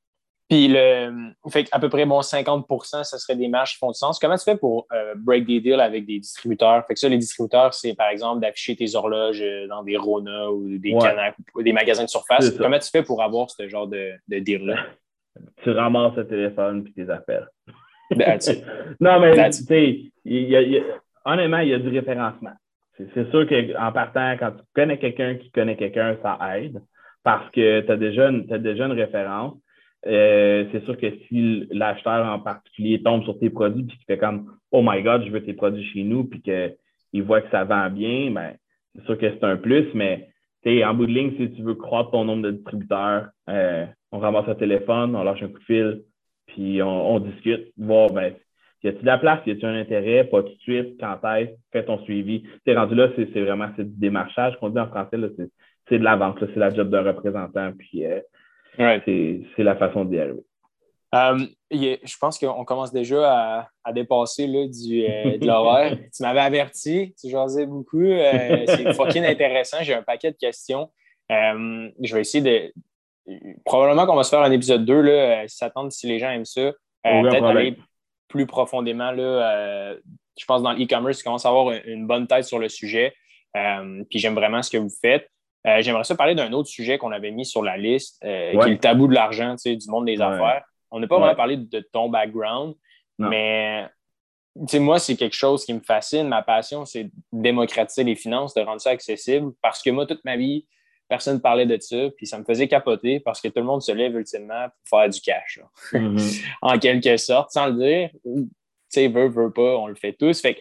Puis, le, fait à peu près bon, cinquante pour cent, ce serait des marges qui font du sens. Comment tu fais pour euh, break des deals avec des distributeurs? Fait que ça, les distributeurs, c'est par exemple d'afficher tes horloges dans des Rona ou des Ouais, Canac ou des magasins de surface. c'est ça. Comment tu fais pour avoir ce genre de, de deal-là? Tu ramasses le téléphone puis tes appels. That's it. Non, mais That's tu it. sais, il y a, il y a, honnêtement, il y a du référencement. C'est, c'est sûr qu'en partant, quand tu connais quelqu'un qui connaît quelqu'un, ça aide parce que tu as déjà, une, t'as déjà une référence. Euh, c'est sûr que si l'acheteur en particulier tombe sur tes produits et qu'il fait comme Oh my God, je veux tes produits chez nous, puis qu'il voit que ça vend bien, ben, c'est sûr que c'est un plus, mais en bout de ligne, si tu veux croître ton nombre de distributeurs, euh, on ramasse le téléphone, on lâche un coup de fil, puis on, on discute, voir ben, y a-t-il de la place, y a-t-il un intérêt, pas tout de suite, quand est-ce, fais ton suivi. T'es rendu là, c'est, c'est vraiment c'est du démarchage qu'on dit en français, là, c'est, c'est de la vente, là, c'est la job d'un représentant, puis euh, Right. c'est, c'est la façon d'y arriver. Um, yeah, je pense qu'on commence déjà à, à dépasser là, du, euh, de l'horaire. Tu m'avais averti, tu jasais beaucoup. Euh, c'est fucking intéressant. J'ai un paquet de questions. Um, je vais essayer de. Probablement qu'on va se faire un épisode deux, là, euh, si ça tente, si les gens aiment ça. Euh, peut-être problème. aller plus profondément. Là, euh, je pense dans l'e-commerce, tu commences à avoir une, une bonne tête sur le sujet. Um, puis j'aime vraiment ce que vous faites. Euh, j'aimerais ça parler d'un autre sujet qu'on avait mis sur la liste, euh, Ouais. qui est le tabou de l'argent, tu sais, du monde des Ouais. affaires. On n'a pas Ouais. vraiment parlé de ton background, non. mais moi, c'est quelque chose qui me fascine. Ma passion, c'est de démocratiser les finances, de rendre ça accessible, parce que moi, toute ma vie, personne ne parlait de ça, puis ça me faisait capoter parce que tout le monde se lève ultimement pour faire du cash, mm-hmm. en quelque sorte, sans le dire. Tu sais, veut, veut pas, on le fait tous. Fait que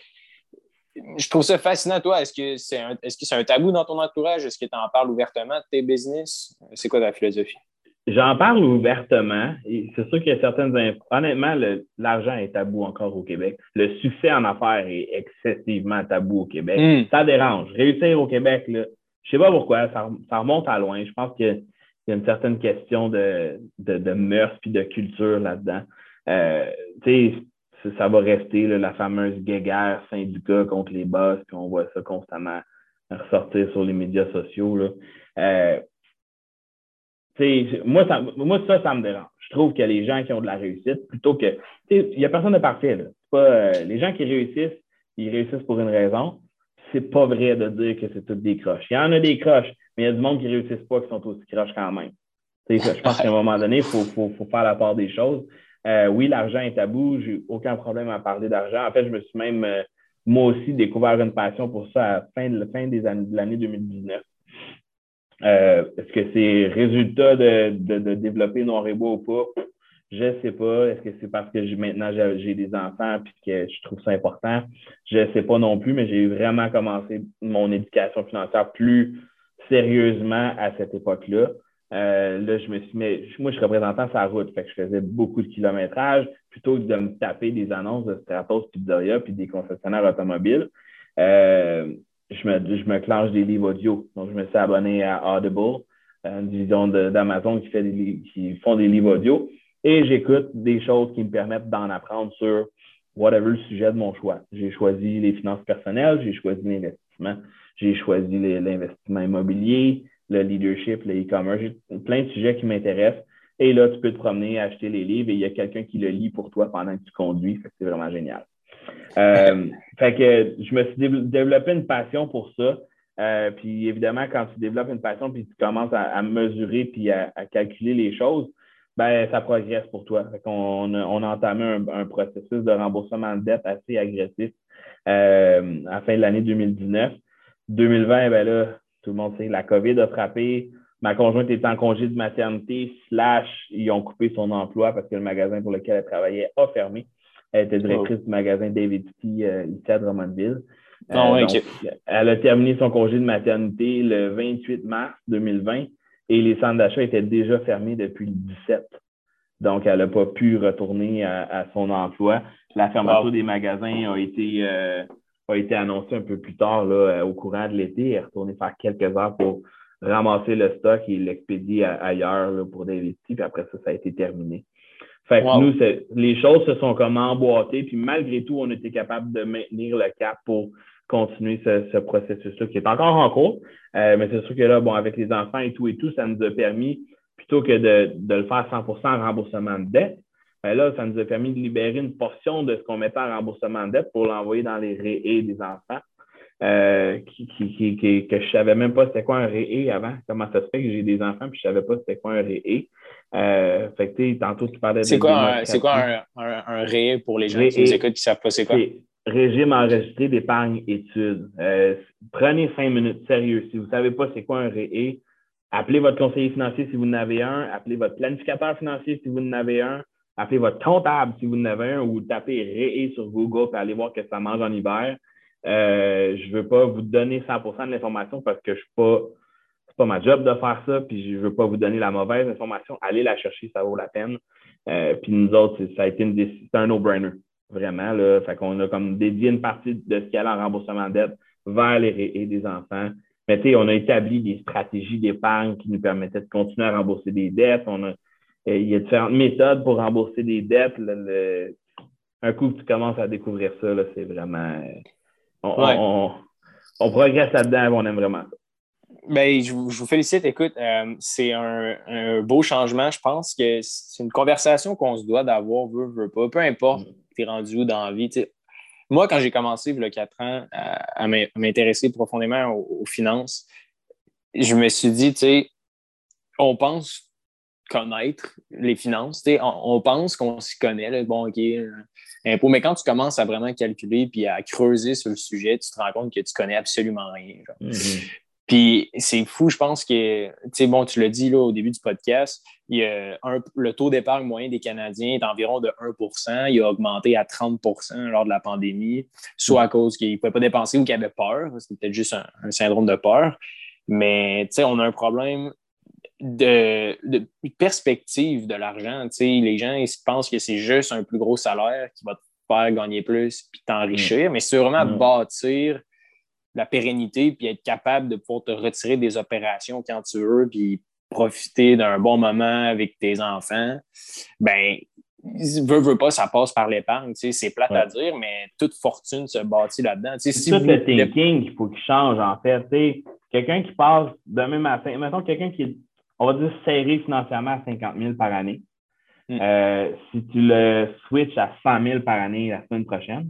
je trouve ça fascinant, toi. Est-ce que c'est un, est-ce que c'est un tabou dans ton entourage? Est-ce que tu en parles ouvertement de tes business? C'est quoi ta philosophie? J'en parle ouvertement. Et c'est sûr qu'il y a certaines. Inf... Honnêtement, le, l'argent est tabou encore au Québec. Le succès en affaires est excessivement tabou au Québec. Mm. Ça dérange. Réussir au Québec, là, je sais pas pourquoi, ça, ça remonte à loin. Je pense qu'il y a une certaine question de, de, de mœurs puis de culture là-dedans. Euh, tu sais, ça va rester là, la fameuse guéguerre syndicat contre les boss, puis on voit ça constamment ressortir sur les médias sociaux. Là. Euh, T'sais, moi, ça, moi, ça, ça me dérange. Je trouve que les gens qui ont de la réussite, plutôt que. Il n'y a personne de parfait. Là. C'est pas, euh, les gens qui réussissent, ils réussissent pour une raison. C'est pas vrai de dire que c'est toutes des croches. Il y en a des croches, mais il y a du monde qui ne réussissent pas qui sont aussi croches quand même. T'sais, je pense qu'à un moment donné, il faut, faut, faut faire la part des choses. Euh, oui, l'argent est tabou. J'ai aucun problème à parler d'argent. En fait, je me suis même, euh, moi aussi, découvert une passion pour ça à la fin de, fin des années, de l'année deux mille dix-neuf. Euh, est-ce que c'est résultat de, de, de développer Noir et Bois ou pas? Je ne sais pas. Est-ce que c'est parce que j'ai, maintenant j'ai, j'ai des enfants et que je trouve ça important? Je ne sais pas non plus, mais j'ai vraiment commencé mon éducation financière plus sérieusement à cette époque-là. Euh, là, je me suis mis, moi, je suis représentant sur la route, fait que je faisais beaucoup de kilométrage plutôt que de me taper des annonces de Stratos, Pizzeria puis des concessionnaires automobiles. Euh, Je me, je me clenche des livres audio. Donc, je me suis abonné à Audible, une division de, d'Amazon qui, fait des, qui font des livres audio. Et j'écoute des choses qui me permettent d'en apprendre sur whatever le sujet de mon choix. J'ai choisi les finances personnelles, j'ai choisi l'investissement, j'ai choisi les, l'investissement immobilier, le leadership, le e-commerce. J'ai plein de sujets qui m'intéressent. Et là, tu peux te promener, acheter les livres et il y a quelqu'un qui le lit pour toi pendant que tu conduis. Fait que c'est vraiment génial. Euh, fait que je me suis développé une passion pour ça. Euh, puis évidemment, quand tu développes une passion puis tu commences à, à mesurer puis à, à calculer les choses, ben ça progresse pour toi. Fait qu'on a, on a entamé un, un processus de remboursement de dette assez agressif euh, à la fin de l'année deux mille dix-neuf. deux mille vingt, ben là, tout le monde sait, la COVID a frappé. Ma conjointe était en congé de maternité, slash, ils ont coupé son emploi parce que le magasin pour lequel elle travaillait a fermé. Elle était directrice oh. du magasin David P euh, ici à Drummondville. Euh, oh, ouais, donc, okay. Elle a terminé son congé de maternité le vingt-huit mars deux mille vingt et les centres d'achat étaient déjà fermés depuis le dix-sept. Donc, elle n'a pas pu retourner à, à son emploi. La fermeture wow. des magasins a été, euh, a été annoncée un peu plus tard là, au courant de l'été. Elle est retournée faire quelques heures pour ramasser le stock et l'expédier ailleurs là, pour David P. Puis après ça, ça a été terminé. Fait que wow. nous, c'est, les choses se sont comme emboîtées, puis malgré tout, on était capable de maintenir le cap pour continuer ce, ce processus-là qui est encore en cours. Euh, mais c'est sûr que là, bon, avec les enfants et tout et tout, ça nous a permis plutôt que de, de le faire cent pour cent en remboursement de dette. Ben là, ça nous a permis de libérer une portion de ce qu'on mettait en remboursement de dette pour l'envoyer dans les ré-é des enfants. Euh, qui, qui, qui, qui, que je ne savais même pas c'était quoi un ré-é avant. Comment ça se fait que j'ai des enfants puis je ne savais pas c'était quoi un ré-é. Euh, fait que, tu sais, tantôt, tu parlais C'est de quoi, un, c'est démocratie. quoi un, un, un ré pour les gens Ré-é, qui nous écoutent qui ne savent pas c'est quoi? C'est régime enregistré d'épargne études. Euh, prenez cinq minutes, sérieux. Si vous ne savez pas c'est quoi un ré-é, appelez votre conseiller financier si vous en avez un, appelez votre planificateur financier si vous en avez un, appelez votre comptable si vous en avez un, ou tapez ré-é sur Google et allez voir que ça mange en hiver. Euh, je ne veux pas vous donner cent pour cent de l'information parce que je suis pas, c'est pas ma job de faire ça, puis je ne veux pas vous donner la mauvaise information. Allez la chercher, ça vaut la peine. Euh, puis nous autres, ça a été une décision, c'est un no-brainer, vraiment. Là. Fait qu'on a comme dédié une partie de ce qui allait en remboursement de dette vers les ré-é des enfants. Mais tu sais, on a établi des stratégies d'épargne qui nous permettaient de continuer à rembourser des dettes. On a, il y a différentes méthodes pour rembourser des dettes. Le, le, un coup que tu commences à découvrir ça, là, c'est vraiment... On, ouais. on, on, on progresse là-dedans, on aime vraiment ça. Ben, je, vous, je vous félicite. Écoute, euh, c'est un, un beau changement. Je pense que c'est une conversation qu'on se doit d'avoir, veut, veut pas. Peu importe, tu es rendu où dans la vie. T'sais. Moi, quand j'ai commencé, il y a quatre ans, à, à m'intéresser profondément aux, aux finances, je me suis dit, tu sais, on pense connaître les finances. On, on pense qu'on s'y connaît. Là, bon, OK, euh, impôt. Mais quand tu commences à vraiment calculer puis à creuser sur le sujet, tu te rends compte que tu connais absolument rien. Mm-hmm. Puis c'est fou, je pense que, tu sais, bon, tu l'as dit là, au début du podcast, il y a un, le taux d'épargne moyen des Canadiens est environ de un pour cent. Il a augmenté à trente pour cent lors de la pandémie, soit à cause qu'ils ne pouvaient pas dépenser ou qu'ils avaient peur. C'était peut-être juste un, un syndrome de peur. Mais, tu sais, on a un problème de, de perspective de l'argent. Tu sais, les gens, ils pensent que c'est juste un plus gros salaire qui va te faire gagner plus puis t'enrichir. Mmh. Mais c'est vraiment mmh. bâtir la pérennité puis être capable de pouvoir te retirer des opérations quand tu veux puis profiter d'un bon moment avec tes enfants, ben veux, veux pas, ça passe par l'épargne. Tu sais, c'est plate ouais. à dire, mais toute fortune se bâtit là-dedans. Tu sais, c'est si tout vous... le thinking qu'il faut qu'il change, en fait. Tu sais, quelqu'un qui passe demain matin, mettons quelqu'un qui est, on va dire, serré financièrement à cinquante mille par année, mm. euh, si tu le switches à cent mille par année la semaine prochaine,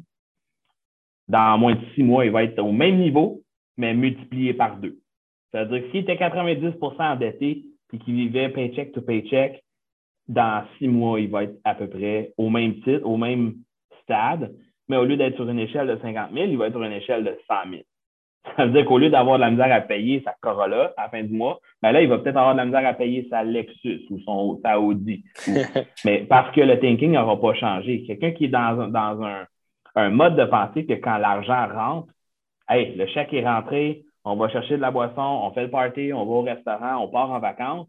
dans moins de six mois, il va être au même niveau, mais multiplié par deux. C'est-à-dire que s'il était quatre-vingt-dix pour cent endetté et qu'il vivait paycheck to paycheck, dans six mois, il va être à peu près au même titre, au même stade, mais au lieu d'être sur une échelle de cinquante mille, il va être sur une échelle de cent mille. Ça veut dire qu'au lieu d'avoir de la misère à payer sa Corolla à la fin du mois, ben là, il va peut-être avoir de la misère à payer sa Lexus ou son, sa Audi. Ou, mais parce que le thinking n'aura pas changé. Quelqu'un qui est dans, dans un un mode de pensée que quand l'argent rentre, hey, le chèque est rentré, on va chercher de la boisson, on fait le party, on va au restaurant, on part en vacances.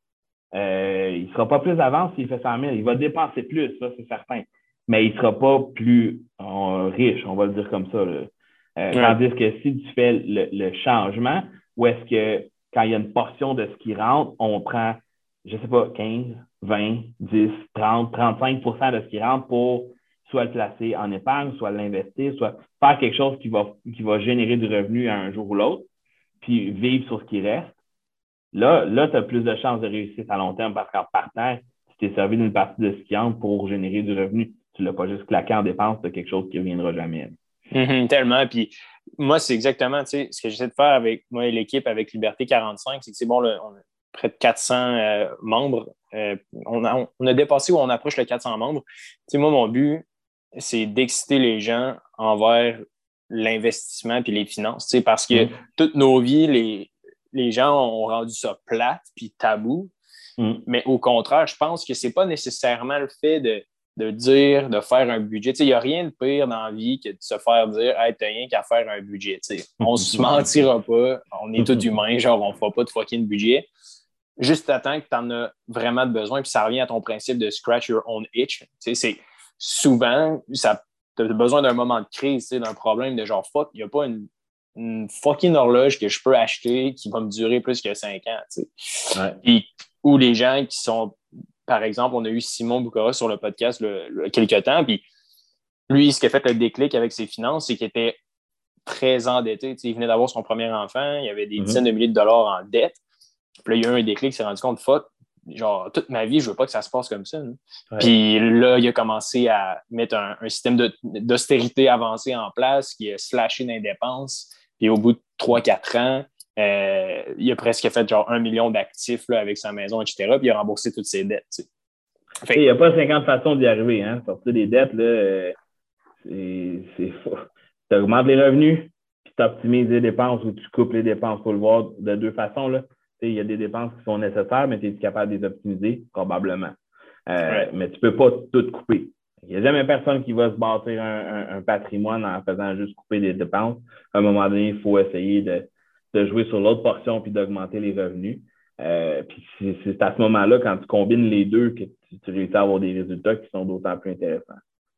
Euh, il ne sera pas plus d'avance s'il fait cent mille. Il va dépenser plus, ça, c'est certain. Mais il ne sera pas plus euh, riche, on va le dire comme ça. Là. Euh, ouais. Tandis que si tu fais le, le changement, où est-ce que quand il y a une portion de ce qui rentre, on prend, je ne sais pas, quinze, vingt, dix, trente, trente-cinq pour cent de ce qui rentre pour soit le placer en épargne, soit l'investir, soit faire quelque chose qui va, qui va générer du revenu un jour ou l'autre, puis vivre sur ce qui reste. Là, là tu as plus de chances de réussir à long terme parce qu'en partant, tu t'es servi d'une partie de ce qui entre pour générer du revenu. Tu ne l'as pas juste claqué en dépense de quelque chose qui ne reviendra jamais. Mm-hmm, tellement. Puis moi, c'est exactement tu sais, ce que j'essaie de faire avec moi et l'équipe, avec Liberté quarante-cinq, c'est que c'est bon, là, on a près de quatre cents euh, membres. Euh, on, a, on a dépassé où on approche le quatre cents membres. Tu sais, moi, mon but, c'est d'exciter les gens envers l'investissement puis les finances. Tu sais, parce que mm. toutes nos vies, les, les gens ont rendu ça plate puis tabou. Mm. Mais au contraire, je pense que c'est pas nécessairement le fait de, de dire, de faire un budget. Tu sais, il n'y a rien de pire dans la vie que de se faire dire « Hey, t'as rien qu'à faire un budget. » Tu sais, on se mentira pas. On est tous humains. Genre, on ne fera pas de fucking budget. Juste attends que tu en as vraiment besoin. Puis ça revient à ton principe de « scratch your own itch ». Tu sais, c'est souvent, tu as besoin d'un moment de crise, d'un problème de genre fuck, il n'y a pas une, une fucking horloge que je peux acheter qui va me durer plus que cinq ans. Ouais. Puis, ou les gens qui sont, par exemple, on a eu Simon Boucara sur le podcast le, le, quelques temps, puis lui, ce qui a fait le déclic avec ses finances, c'est qu'il était très endetté. Il venait d'avoir son premier enfant, il y avait des mm-hmm. dizaines de milliers de dollars en dette. Puis là, il y a eu un déclic, il s'est rendu compte, fuck, genre, toute ma vie, je veux pas que ça se passe comme ça. Hein. Ouais. Puis là, il a commencé à mettre un, un système de, d'austérité avancé en place, qui a slashé dans les dépenses. Puis au bout de trois quatre ans, euh, il a presque fait genre un million d'actifs là, avec sa maison, et cetera. Puis il a remboursé toutes ses dettes. Tu sais. Fait... Il n'y a pas cinquante façons d'y arriver. Hein? Sortir des dettes, là, euh, c'est, c'est fou. Tu augmentes les revenus, puis tu optimises les dépenses ou tu coupes les dépenses. Il faut le voir de deux façons. Là. Il y a des dépenses qui sont nécessaires, mais tu es capable de les optimiser? Probablement. Euh, ouais. Mais tu ne peux pas tout couper. Il n'y a jamais personne qui va se bâtir un, un, un patrimoine en faisant juste couper des dépenses. À un moment donné, il faut essayer de, de jouer sur l'autre portion puis d'augmenter les revenus. Euh, puis c'est, c'est à ce moment-là, quand tu combines les deux, que tu, tu réussis à avoir des résultats qui sont d'autant plus intéressants.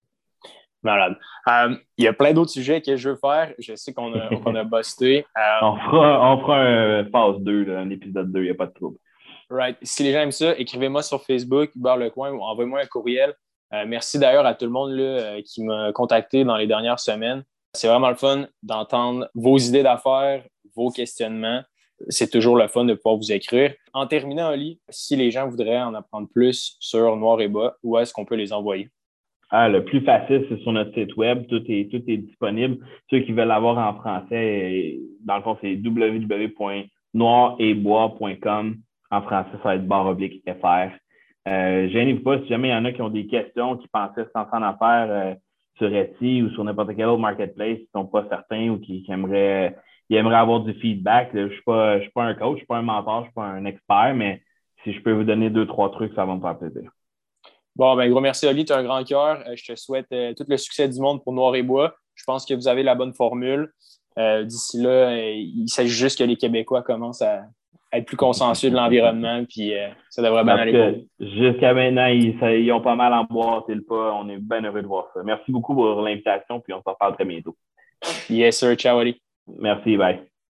Malade. Um, il y a plein d'autres sujets que je veux faire. Je sais qu'on a, qu'on a busté. Um, on fera, on fera un phase deux, là, un épisode deux, il n'y a pas de trouble. Right. Si les gens aiment ça, écrivez-moi sur Facebook, Hubert Lecoing, ou envoyez-moi un courriel. Euh, merci d'ailleurs à tout le monde là, euh, qui m'a contacté dans les dernières semaines. C'est vraiment le fun d'entendre vos idées d'affaires, vos questionnements. C'est toujours le fun de pouvoir vous écrire. En terminant, Oli, si les gens voudraient en apprendre plus sur Noir et Bas, où est-ce qu'on peut les envoyer? Ah, le plus facile, c'est sur notre site web. Tout est, tout est disponible. Ceux qui veulent l'avoir en français, dans le fond, c'est w w w point noir et bois point com. En français, ça va être barre oblique F R. Euh, gênez-vous pas, si jamais il y en a qui ont des questions, qui pensaient se lancer en affaires euh, sur Etsy ou sur n'importe quel autre marketplace, qui ne sont pas certains ou qui, qui aimeraient, ils aimeraient avoir du feedback. Là, je ne suis pas, je suis pas un coach, je ne suis pas un mentor, je ne suis pas un expert, mais si je peux vous donner deux, trois trucs, ça va me faire plaisir. Bon, ben gros merci, Oli, tu as un grand cœur. Euh, je te souhaite euh, tout le succès du monde pour Noir et Bois. Je pense que vous avez la bonne formule. Euh, d'ici là, euh, il s'agit juste que les Québécois commencent à être plus consciencieux de l'environnement, puis euh, ça devrait bien aller pour vous. Jusqu'à maintenant, ils, ça, ils ont pas mal emboîté le pas. On est bien heureux de voir ça. Merci beaucoup pour l'invitation, puis on se reparle très bientôt. Yes, sir. Ciao, Oli. Merci, bye.